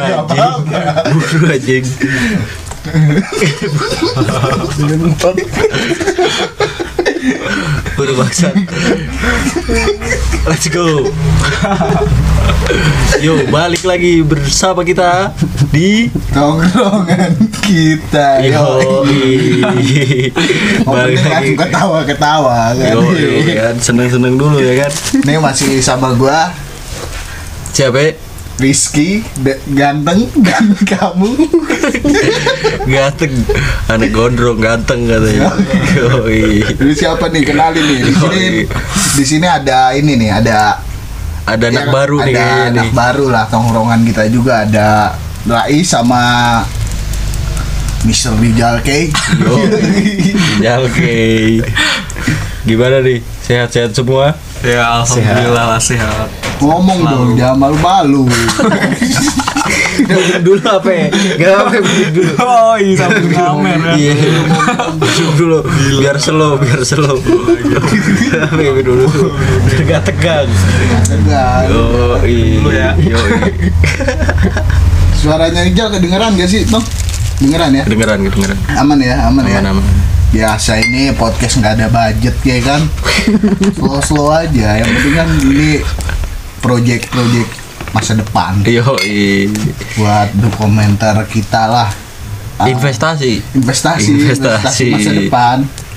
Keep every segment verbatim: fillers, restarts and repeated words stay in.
anjing. Buru anjing. Nonton. Buru baksa. Let's go. Yo, balik lagi bersama kita di tongkrongan kita. Yo, balik lagi ketawa-ketawa kan. Yo, kan seneng-seneng dulu ya kan. Nih masih sama gua. Siapa? Rizky, ganteng dan kamu. Ganteng, anak gondrong ganteng katanya. Yoi. Ini siapa nih? Kenalin nih. Di sini, di sini ada ini nih, ada ada anak ya, baru ada nih. Ada anak nih. baru lah tongkrongan kita juga, ada Rais sama mister Rijal K. Yo, Rijal K. Gimana nih? Sehat-sehat semua? Ya, alhamdulillah sehat. sehat. Ngomong dong, jangan malu-malu. Dulu apa ya? Gak apa dulu. Oh iya, sambil ngamer ya. Iya. Dulu biar slow, biar slow. Apa dulu? Biar gak tegang. Tegang. Oh iya. Yo. Suaranya Rijal kedengeran gak sih, Bang? Dengeran ya? Kedengeran, kedengeran. Aman ya, aman, aman ya. Aman. Biasa ini podcast nggak ada budget ya kan, slow slow aja. Yang penting kan ini project-project masa depan. Yo, buat dokumenter kita lah. Investasi. Uh, investasi. Investasi. Investasi masa depan.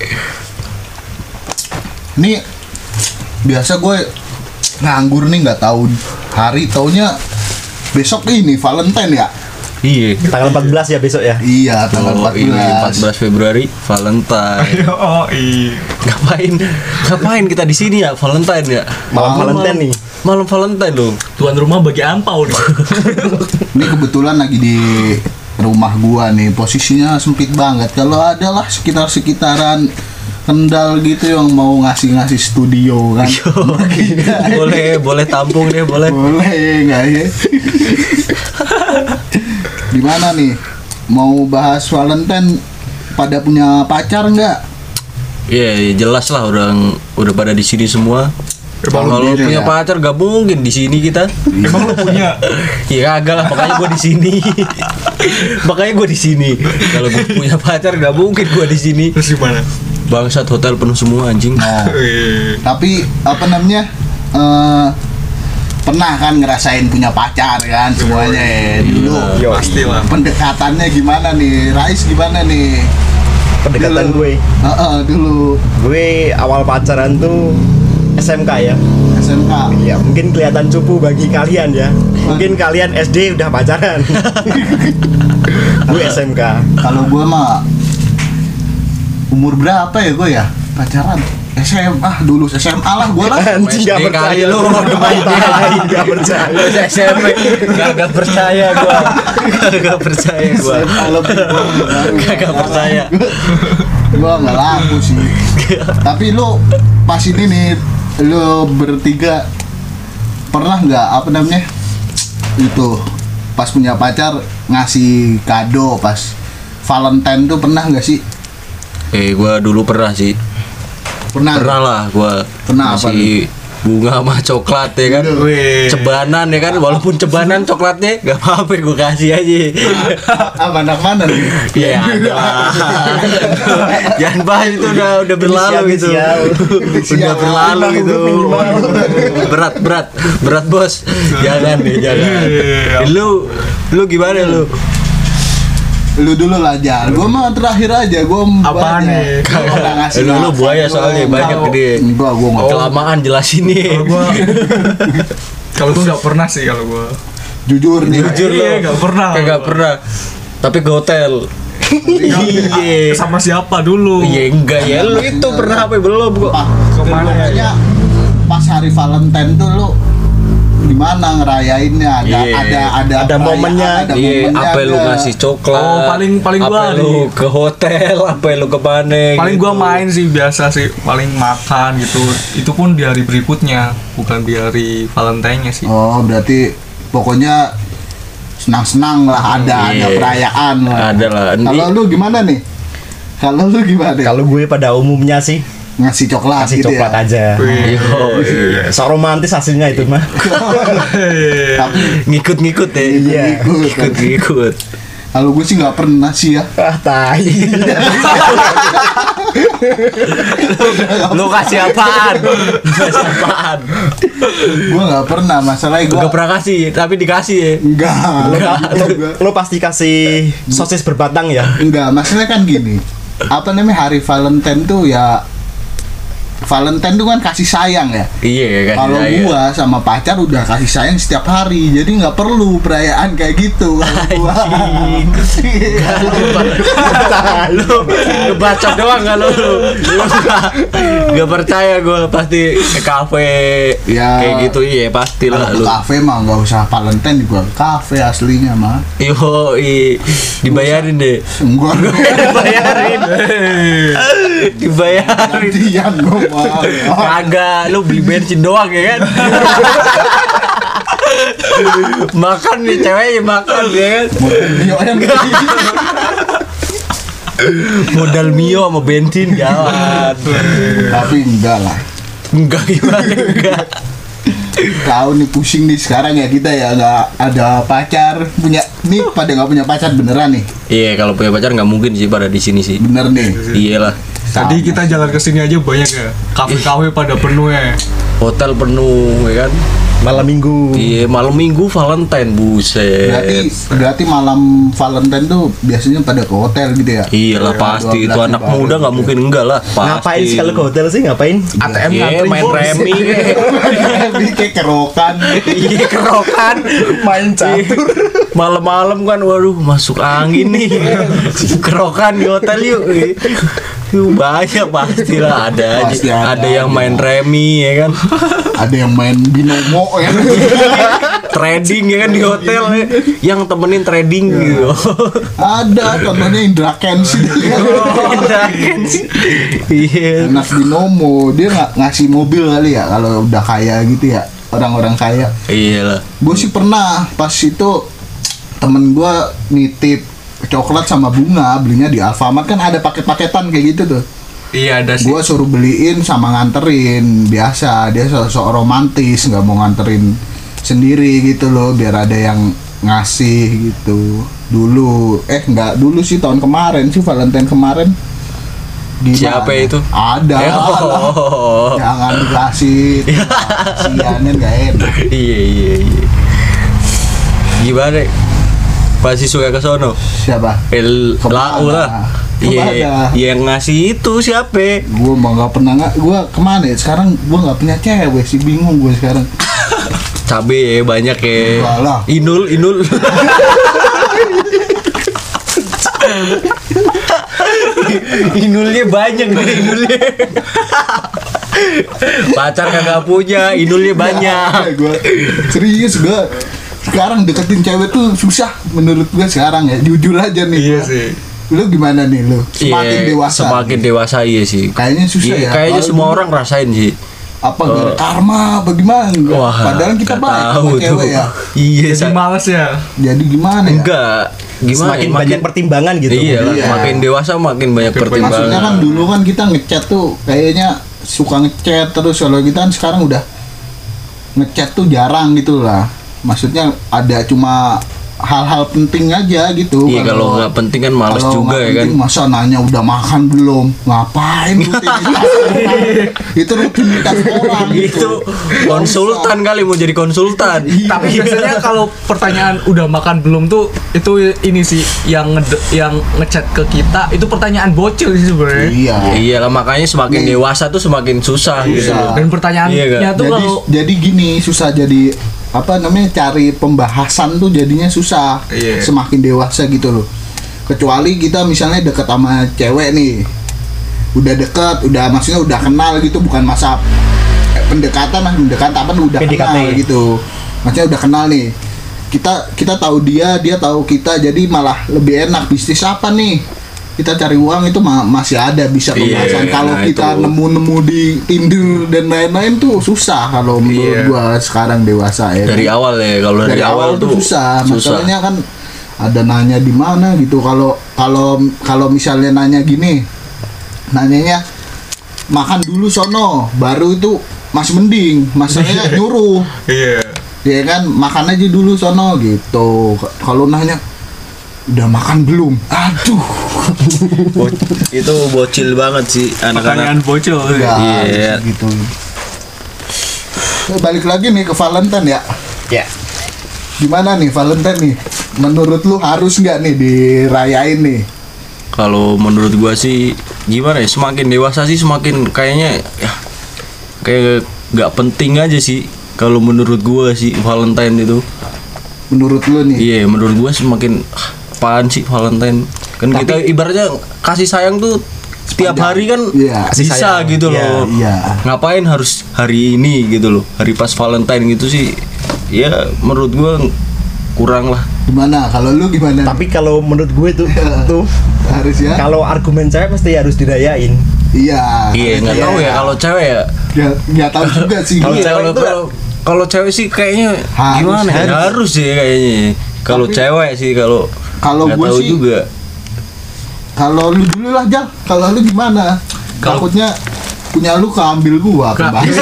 Ini biasa gue nganggur nih, nggak tahu hari, taunya besok ini Valentine ya. Iya, tanggal empat belas ya besok ya. Iya, tanggal oh, empat belas. Ini empat belas Februari Valentine. Oh, iya. Ngapain? Ngapain kita di sini ya Valentine ya? Malam Valentine nih. Malam Valentine loh. Tuan rumah bagi angpau nih. Ini kebetulan lagi di rumah gua nih, posisinya sempit banget. Kalau ada lah sekitar-sekitaran Kendal gitu yang mau ngasih-ngasih studio kan. Boleh, boleh tampung deh, boleh. Boleh nggak ya? Gimana nih? Mau bahas Valentine, pada punya pacar nggak? Iya, yeah, jelas lah orang udah pada di sini semua. Kalau lo punya ya? pacar gak mungkin di sini kita. Emang lo punya? Iya agak lah, makanya gue di sini. Makanya gue di sini. Kalau gue punya pacar gak mungkin gue di sini. Terus gimana? Bangsat, hotel penuh semua anjing. Nah, tapi apa namanya? Uh, pernah kan ngerasain punya pacar kan semuanya ya dulu. Yo, pasti lah. Pendekatannya gimana nih? Rais gimana nih? Pendekatan dulu. gue. Uh, uh, dulu. Gue awal pacaran tuh S M K ya. S M K. Ya, mungkin kelihatan cupu bagi kalian ya. Mungkin kalian S D udah pacaran. Gue S M K. Kalau gue mah umur berapa ya gue ya pacaran? S M A dulu, S M A lah gue lah. Anjing gak percaya lu, gak percaya. S M P gak gak percaya gue, gak percaya gue, gak percaya. Gue nggak laku sih. Tapi lu pas ini nih, lu bertiga pernah nggak apa namanya itu pas punya pacar ngasih kado pas Valentine tuh pernah nggak sih? Eh, gue dulu pernah sih. Pernah, pernah lah gue ngasih bunga sama coklat ya kan. Wih. Cebanan ya kan, walaupun cebanan coklatnya gak apa-apa gue kasih aja. Mana-mana nih? Iya jangan bahas itu, udah udah berlalu gitu. Udah berlalu gitu. Berat berat berat bos. Jangan nih, jangan. Lu lu gimana lu? Lu dulu lah Jar, gue mah terakhir aja, gue apaan nih? Lu lu buaya soalnya banyak gede. Gua gua oh, kelamaan jelasin nih. Kalau gue nggak pernah sih kalau gue. Jujur nih. Jujur lu. Nggak pernah. Nggak pernah. Tapi ke hotel. Iya. Sama siapa dulu? Iya enggak ya, lu itu pernah apa belum kok? Kemana ya? Pas hari Valentine tuh lu gimana ngerayainnya? Ada yeah. ada ada ada momennya. Iya, apa lu ngasih coklat? Oh, paling paling gua apa lu ke hotel, apa lu ke mana? Paling gitu. gua main sih biasa sih, paling makan gitu. Itu pun di hari berikutnya, bukan di hari Valentine-nya sih. Oh, berarti pokoknya senang-senang lah, ada iya. ada perayaan lah. Ada lah. Kalau lu gimana nih? Kalau lu gimana? Kalau gue pada umumnya sih ngasih coklat kasih gitu coklat ya. aja. Yo, So romantis hasilnya itu mah. Tapi ngikut-ngikut ya. Iya. Ngikut-ngikut. kalau gue sih nggak pernah sih ya. Ah tai. Lu kasih apaan? Lu kasih apaan? Gue nggak pernah, masalahnya gue Gak pernah kasih, tapi dikasih ya. enggak. Lo pasti kasih sosis berbatang ya. Enggak, masalahnya kan gini. Apa namanya, hari Valentine tuh ya, Valentine tuh kan kasih sayang ya. Iya, kasih Kalau sayang. gua sama pacar udah kasih sayang setiap hari, jadi nggak perlu perayaan kayak gitu. Kalau gua. Lu ngebacot doang kan lu. Lu gak, gak percaya gue pasti ke kafe Ya. kayak gitu, iya pasti Kalau lah ke lu. kafe mah nggak usah Valentine juga, kafe aslinya mah. Yo, i, dibayarin deh. Enggak. Dibayarin. Dibayarin. Gantian gua mah. Kagak, lu beli bensin doang ya kan? Makan nih ceweknya makan ya kan? Yo yang Modal mio sama bensin jalan. Tapi enggak lah. Enggak gimana enggak. Tahu nih pusing nih sekarang ya kita ya, nggak ada pacar, punya nih pada nggak punya pacar beneran nih, Iya, kalau punya pacar nggak mungkin sih pada di sini sih. bener nih. Iyalah. Tadi kita jalan ke sini aja banyak ya. Kafe-kafe pada penuh ya. Hotel penuh ya kan? Malam minggu. Iya, malam minggu Valentine, buset. Berarti berarti malam Valentine tuh biasanya pada ke hotel gitu ya? Iyalah pasti itu dua belas anak baru. muda nggak mungkin enggak lah. Pasti. Ngapain sih kalau ke hotel sih ngapain? A T M Iya, ngantri main bos. remi. Ini kayak kerokan. Iya, kerokan. Main catur. Malam-malam kan, waduh masuk angin nih. Kerokan di hotel yuk. Yuk, banyak pastilah ada Pasti aja. ada Ada yang aja. main remi ya kan. Ada yang main binomo ya. Trading ya kan di hotel ya. Yang temenin trading gitu. Ada contohnya Indra Kents. Indah kan sih. Iya. Anak binomo, dia nggak ngasih mobil kali ya kalau udah kaya gitu ya, orang-orang kaya. Iyalah. Gue sih pernah pas itu temen gue nitip coklat sama bunga, belinya di Alfamart, kan ada paket-paketan kayak gitu tuh. Iya ada sih. Gue suruh beliin sama nganterin, biasa dia sosok romantis, nggak mau nganterin sendiri gitu loh, biar ada yang ngasih gitu. Dulu eh nggak dulu sih, tahun kemarin sih, Valentine kemarin. Gimana? Siapa itu? Ada Eh, lah. oh. Jangan dikasih sianen gak enak. Iya iya iya. Gimana? Pasti suka ke sono. Siapa? El Kemana? lau lah. Iya, Kemana? yang ngasih itu siapa? Gue mah nggak pernah, nggak gue kemana ya sekarang, gue nggak punya cewek sih, bingung gue sekarang. Cabe ya banyak ya. Enggak lah. Inul inul. Inulnya banyak nih inulnya. Pacar kagak punya, inulnya banyak. Gue serius, gue sekarang deketin cewek tuh susah menurut gue sekarang ya, jujur aja nih. Iya gua. sih. Lu gimana nih lu? Semakin Iya, dewasa. Semakin dewasa iya sih. Kayaknya susah Iya, ya. kayaknya Kalau semua dulu orang rasain sih. apa gara karma bagaimana? Wah, Padahal kita nggak baik tahu sama tuh. cewek ya. Iya, Jadi sa- males ya. Jadi gimana ya? enggak. Gimana? Semakin ya? banyak pertimbangan gitu. Iya, lah, Iya. makin dewasa makin banyak Makin pertimbangan. Maksudnya kan dulu kan kita ngechat tuh kayaknya suka ngechat terus, kalau kita kan sekarang udah ngechat tuh jarang gitu lah. Maksudnya ada cuma hal-hal penting aja gitu. Iya, kalau nggak penting kan males kalau juga nggak ya kan. penting, masa nanya udah makan belum? Ngapain rutinitas orang? Itu rutinitas orang gitu. Itu konsultan kali, mau jadi konsultan. Tapi biasanya kalau pertanyaan udah makan belum tuh itu ini sih yang nge yang ngechat ke kita itu pertanyaan bocil sih sebenarnya. Iya. Iya lah, makanya semakin Nih. dewasa tuh semakin susah gitu. Susah. Dan pertanyaannya Iya, tuh Jadi kalau jadi gini, susah jadi apa namanya, cari pembahasan tuh jadinya susah. Iya. Semakin dewasa gitu loh. Kecuali kita misalnya deket sama cewek nih, udah deket, udah maksudnya udah kenal gitu, bukan masa eh, pendekatan lah, pendekatan apa udah P D K T. kenal gitu. Maksudnya udah kenal nih. Kita kita tahu dia, dia tahu kita, jadi malah lebih enak. Bisnis apa nih? Kita cari uang itu ma- masih ada bisa Iya, pembahasan. Kalau nah kita itu. nemu-nemu di Tinder dan lain-lain tuh susah kalau menurut Iya. gua sekarang dewasa ya. Dari kan? awal ya, kalau dari, Dari awal tuh susah. Masalahnya kan ada nanya di mana gitu. Kalau kalau kalau misalnya nanya gini, nanyanya makan dulu sono, baru itu masih mending, masalahnya nyuruh. Iya. Ya kan, makan aja dulu sono gitu. Kalau nanya udah makan belum? Aduh. Bo- itu bocil banget sih Pertanyaan anak-anak. bocil. Ya, Iya. gitu. Nah, balik lagi nih ke Valentine ya. Ya. Gimana nih Valentine nih? Menurut lu harus nggak nih dirayain nih? Kalau menurut gua sih gimana ya, semakin dewasa sih semakin kayaknya ya kayak nggak penting aja sih kalau menurut gua sih Valentine itu. Menurut lu nih? Iya, menurut gua semakin ah, apaan sih Valentine? Kan Tapi- kita ibaratnya kasih sayang tuh setiap Sepanjang. hari kan Iya. Kasih bisa sayang. gitu Iya, loh. iya. Ngapain harus hari ini gitu loh? Hari pas Valentine gitu sih. Ya menurut gua kurang lah. Gimana? Kalau lu gimana? Tapi kalau menurut gue tuh tuh harus ya? kalau argumen saya pasti harus dirayain. Iya. Iya, nggak tahu ya kalau cewek ya. Ya, nggak tahu juga sih. Kalau Iya, cewek kalau itu kalau kalau cewek sih kayaknya Harus, gimana ya? harus. Harus sih kayaknya. Kalau Tapi- cewek sih kalau Kalau nggak gua tahu sih- juga. Kalau lu dulu lah Jal, kalau lu gimana? Kalau- Takutnya punya lu keambil gua Ka- kembali.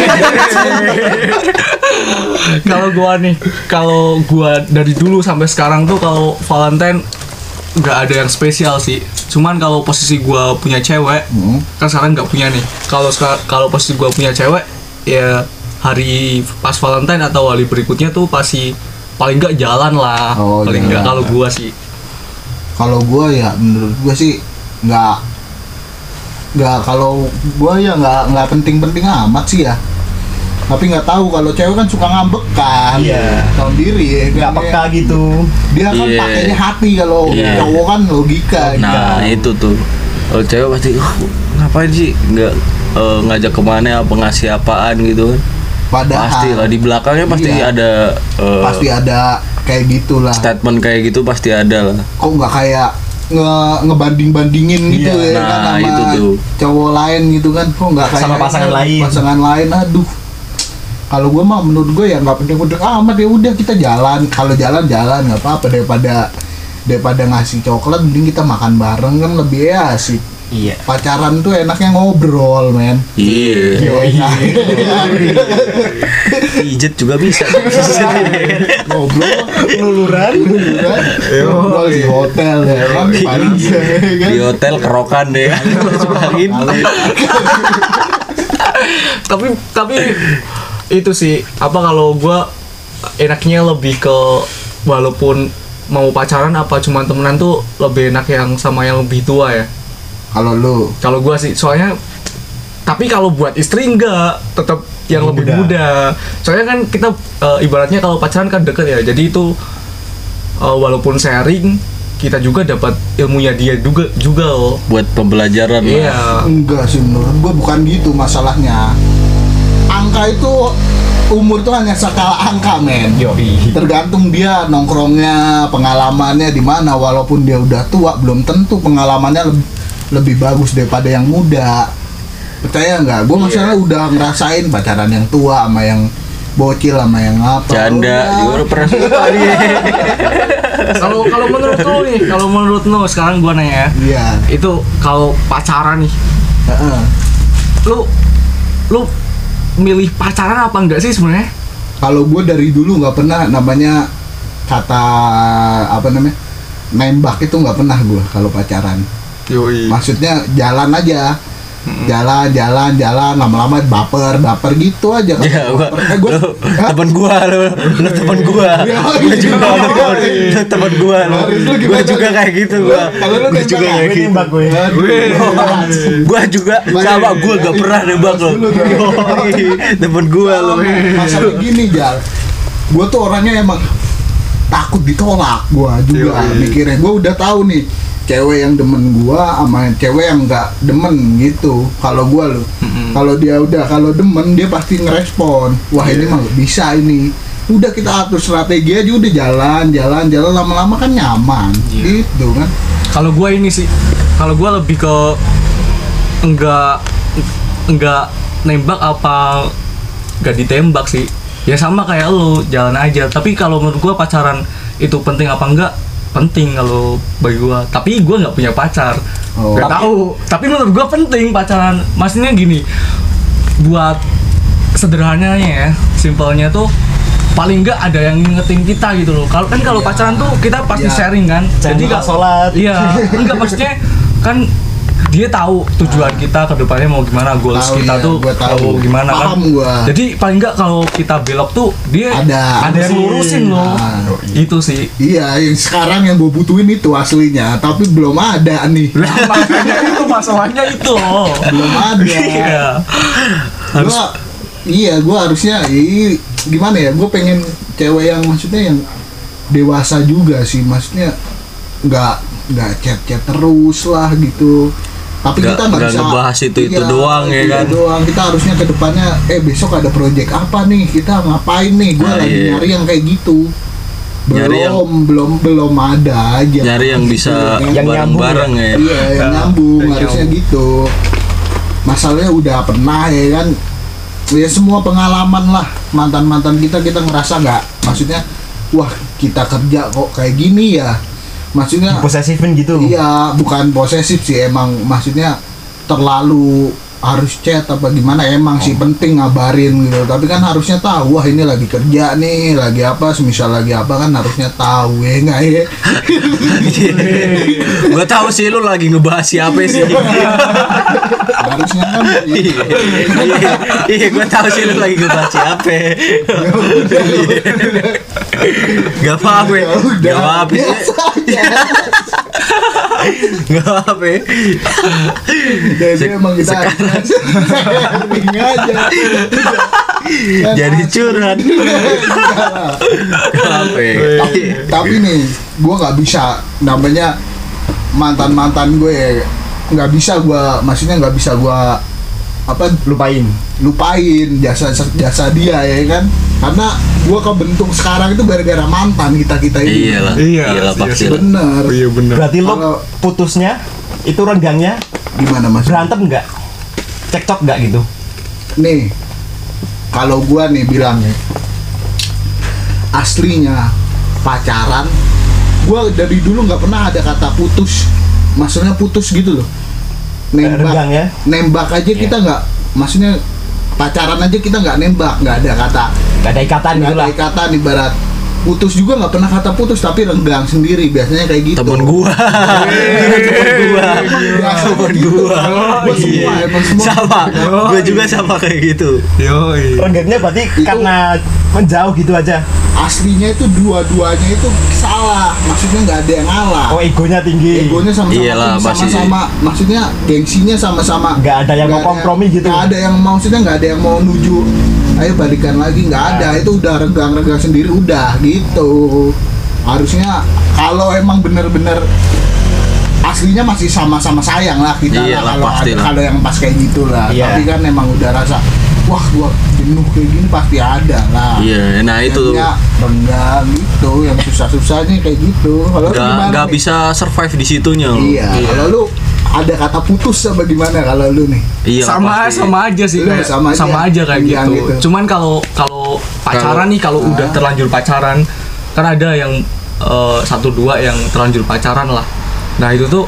Kalau gua nih, kalau gua dari dulu sampai sekarang tuh kalau Valentine nggak ada yang spesial sih. Cuman kalau posisi gua punya cewek, Hmm. kan sekarang nggak punya nih. Kalau seka- kalau posisi gua punya cewek, ya hari pas Valentine atau hari berikutnya tuh pasti paling nggak jalan lah. Oh, paling nggak jalan. kalau gua sih. Kalau gua ya menurut gua sih nggak nggak kalau gua ya nggak nggak penting-penting amat sih ya. Tapi nggak tahu kalau cewek kan suka ngambek kan. Iya. Tahu diri ya. Nggak kan, peka ya. gitu. Dia kan Iya. pakainya hati, kalau Iya. cowok kan logika. Nah, gitu. itu tuh. Kalau cewek pasti "Uh, ngapain sih nggak eh, ngajak kemana apa ngasih apaan gitu kan. Padahal Pasti lah di belakangnya pasti Iya. ada eh, pasti ada kayak gitulah. statement kayak gitu pasti ada lah. Kok nggak kayak nge ngebanding-bandingin gitu Iya. ya kan Nah, sama itu tuh. cowok lain gitu kan, kok nggak kayak Sama pasangan lain. pasangan lain aduh. Kalau gue mah menurut gue ya nggak penting-penting amat, ya udah kita jalan, kalau jalan jalan nggak apa-apa, daripada daripada ngasih coklat mending kita makan bareng kan lebih asik. Iya. Pacaran tuh enaknya ngobrol men. Iya. Iya. Pijet juga bisa. Ngobrol Luluran. kan? Ngobrol di hotel ya kan paling ya kan? Di hotel kerokan deh. Sebagin. tapi tapi itu sih apa kalau gua enaknya lebih ke walaupun mau pacaran apa cuman temenan tuh lebih enak yang sama yang lebih tua ya. Kalau lu Kalau gua sih soalnya tapi kalau buat istri enggak, tetap yang Lebih lebih muda. muda. Soalnya kan kita eh, ibaratnya kalau pacaran kan deket ya. Jadi itu eh, walaupun sharing kita juga dapat ilmunya dia juga juga loh. Buat pembelajaran lah. Iya. enggak sih, menurut gua bukan gitu masalahnya. Angka itu umur tuh hanya skala angka men. Yoi. Tergantung dia nongkrongnya, pengalamannya di mana. Walaupun dia udah tua, belum tentu pengalamannya lebih, lebih bagus daripada yang muda. Percaya nggak? Gue masalah udah ngerasain pacaran yang tua sama yang bocil sama yang apa. Janda Udah. juga udah pernah suka dia. Kalau kalau menurut lu nih, kalau menurut lu sekarang gua nanya ya. Iya. Itu kalau pacaran nih, Heeh. lu lu milih pacaran apa enggak sih sebenarnya? Kalau gue dari dulu nggak pernah namanya kata apa namanya nembak itu nggak pernah gue kalau pacaran. Yoi. Maksudnya jalan aja. Jalan, jalan, jalan, lama-lama baper, baper gitu aja. Ya, gua, Eh, gua- lu Hah? temen gua lu, lu temen gua, Ya, lu iya. juga lu temen, lu temen gua lu, Harus lu gua gimana? juga kayak gitu gua, Kalau lu gua nembak juga apa? kayak Gue gitu, nembak gue. gua juga sama gua gak pernah nembak lo, temen gua lu, Masalah gini, Jal. Gua tuh orangnya emang takut ditolak gua juga mikirnya. Gua udah tahu nih cewek yang demen gua sama cewek yang enggak demen gitu. Kalau gua loh. Kalau dia udah kalau demen dia pasti ngerespon. Wah, ini mah bisa ini. Udah kita atur strategi aja, udah jalan, jalan, jalan lama-lama kan nyaman. Gitu kan. Kalau gua ini sih, kalau gua lebih ke enggak enggak nembak apa enggak ditembak sih. Ya sama kayak lu, jalan aja. Tapi kalau menurut gua pacaran itu penting apa enggak? penting kalau bagi gua. Tapi gua nggak punya pacar. Oh. Gak tahu. Tapi menurut gua penting pacaran. Maksudnya gini, buat sederhananya ya, simpelnya tuh paling nggak ada yang ngingetin kita gitu loh. Kalau kan kalau Iya. pacaran tuh kita pasti Iya. sharing kan. Jangan Jadi lupa kalau sholat. Iya, enggak maksudnya kan dia tahu tujuan kita ke depannya mau gimana, goals Tahu, kita iya, tuh gua tahu. mau gimana kan. Paham gua. Jadi paling nggak kalau kita belok tuh dia Ada. ada yang lurusin loh. Nah, Itu sih. Iya, yang sekarang yang gue butuhin itu aslinya, tapi belum ada nih. Lah, makanya itu masalahnya itu loh. Belum ada. Iya. Gua, iya, gue harusnya i, gimana ya? Gue pengen cewek yang maksudnya yang dewasa juga sih, maksudnya nggak nggak chat-chat terus lah gitu. Tapi Nggak- kita nggak nggak bisa ngebahas itu-itu iya, doang, ya itu kan? doang. Kita harusnya ke depannya, eh besok ada project apa nih? Kita ngapain nih? Gue Nah, lagi iya. nyari yang kayak gitu. Belum, Nyari yang- belum, belum ada aja. Nyari yang Gitu, bisa kan? Yang bareng-bareng ya. Iya, yang nyambung yang harusnya nyambung. gitu. Masalahnya udah pernah ya kan. Ya semua pengalaman lah mantan-mantan kita kita ngerasa nggak, maksudnya wah kita kerja kok kayak gini ya. Maksudnya Posesifin gitu. iya, bukan posesif sih, emang maksudnya terlalu harus chat apa gimana, emang sih penting ngabarin gitu, tapi kan harusnya tahu wah ini lagi kerja nih, lagi apa, semisal lagi apa kan harusnya tahu ya nggak ya. Gua tahu sih lu lagi ngebahas siapa sih. Harusnya kan Iya, iya, gua tahu sih lu lagi ngebahas siapa. Gak apa-apa, gak apa-apa, biasa aja. gak apa-apa. Jadi emang kita sharing aja. Jadi curhat. Gak apa. tapi, tapi nih gue nggak bisa, namanya mantan mantan gue nggak bisa gue, maksudnya nggak bisa gue apa Lupain. lupain jasa jasa dia ya kan, karena gue kebentuk sekarang itu gara-gara mantan kita kita ini. Iyalah, Iya, iyalah iya pasti sih. lah. Bener. Iya bener. Berarti lo Kalau- putusnya itu renggangnya Gimana mas? berantem nggak? Cekcok nggak gitu? Nih, kalau gue nih bilang nih, aslinya pacaran, gue dari dulu nggak pernah ada kata putus, maksudnya putus gitu loh. Nembak, Renggang ya? nembak aja kita nggak, maksudnya pacaran aja kita nggak nembak, nggak ada kata, Nggak ada ikatan nggak gitu ada lah. ikatan, ibarat putus juga nggak pernah kata putus, tapi renggang sendiri biasanya kayak gitu. Temen gua, temen gua, Biasa temen gitu. gua. Gua semua, Iya. emang semua. Sama, gua juga sama kayak gitu. Yoi. Renggangnya berarti Itu- karena menjauh gitu aja. Aslinya itu dua-duanya itu salah, maksudnya nggak ada yang ngalah. Oh, egonya tinggi. Egonya sama-sama Iyalah, tinggi, pasti. sama-sama, maksudnya gengsinya sama-sama. Nggak ada yang mau Nggak kompromi gitu. Nggak ada yang maksudnya nggak ada yang mau nuju, ayo balikan lagi, nggak ada. Nah. Itu udah renggang-renggang sendiri udah gitu. Harusnya kalau emang bener-bener aslinya masih sama-sama sayang lah kita lah, Iyalah, kalau pasti ada- lah. kalau yang pas kayak gitu lah. Iya. Tapi kan emang udah rasa wah gua jenuh kayak gini pasti ada lah. Iya, nah itu tuh. Akhirnya renggang gitu, yang susah-susahnya kayak gitu. Kalau lu Gak, gimana gak nih? bisa survive di situnya lu. Iya, kalau lu ada kata putus apa gimana kalau lu nih? Iya, sama pasti. sama aja sih Lu kayak, sama sama aja. aja, kayak Yang gitu. gitu. Cuman kalau kalau pacaran nih, kalau udah Ah. terlanjur pacaran kan ada yang eh, satu dua yang terlanjur pacaran lah. Nah itu tuh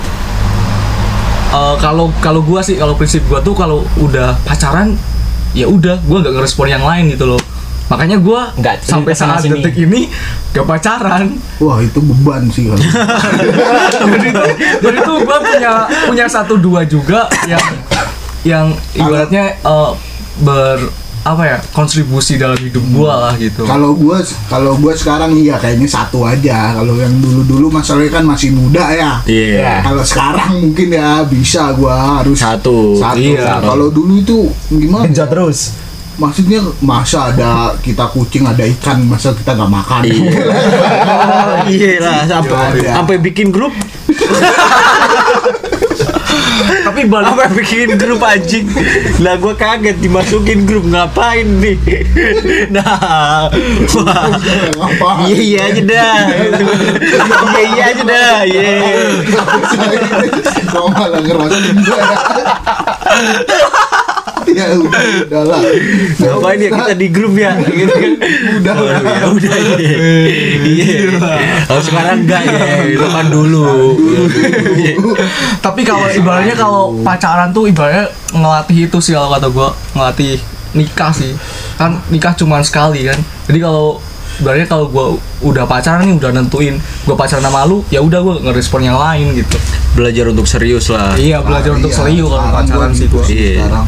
eh, kalau kalau gua sih, kalau prinsip gua tuh kalau udah pacaran ya udah, gua nggak ngerespon yang lain gitu loh. Makanya gua Nggak cerita sampai sana saat sini. detik ini gak pacaran. Wah, itu beban sih kalau. Jadi tuh, jadi tuh gua punya punya satu dua juga yang yang ibaratnya eh, ber apa ya, kontribusi dalam hidup gua lah gitu. Kalau gua kalau gua sekarang iya kayaknya satu aja. Kalau yang dulu-dulu masalahnya kan masih muda ya. Iya. Kalau sekarang mungkin ya bisa gua harus Satu. Satu. Iya. Kalau dulu itu gimana? Genjot terus. Maksudnya masa ada kita kucing ada ikan, masa kita nggak makan? Iya. Iya lah, sampai Ada. sampai bikin grup, Tapi balik sampai bikin grup anjing. Lah gua kaget dimasukin grup, ngapain nih? Nah, wah. Apa? Iya iya aja dah. Iya iya aja dah. Iya. Kau malah ngerasa juga ya. ya udah udah lah. Ngapain ya kita di grup ya gitu kan. Udah Oh, lah. ya udah iya. Iya. Kalau sekarang enggak ya, itu kan dulu. Tapi kalau ibaratnya kalau pacaran tuh ibaratnya ngelatih itu sih kalau kata gua, ngelatih nikah sih. Kan nikah cuma sekali kan. Jadi kalau ibaratnya kalau gua udah pacaran nih udah nentuin gua pacaran sama lu, ya udah gua ngerespon yang lain gitu. Belajar untuk serius lah. Iya, belajar Ah, untuk iya. serius kalau Sekarang pacaran gua sih gitu gua. Iya. sekarang.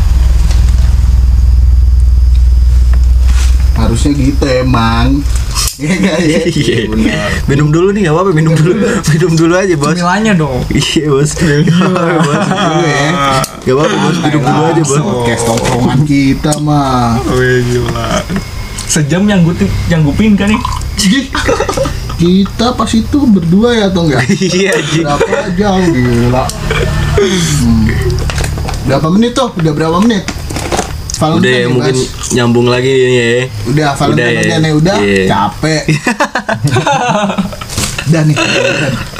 Harusnya gitu emang. Iya enggak ya? Iya. Benar. Minum dulu nih, enggak apa-apa, minum dulu. Minum dulu aja, Bos. Cemilannya dong. Iya, Bos. Enggak apa-apa, Bos. Dulu ya. Enggak apa-apa, Bos. Minum dulu aja, Bos. Podcast tongkrongan kita mah. Wih gila. Sejam yang gue nyanggupin kan nih. Kita pas itu berdua ya atau enggak? Iya, anjing. Berapa jam gila. Hmm. Berapa menit tuh? Udah berapa menit? Valentine Udah ya, nih, mungkin Bas. nyambung lagi ini ya. Udah Valentine Udah ya. udah nih udah Iya. capek. Udah nih.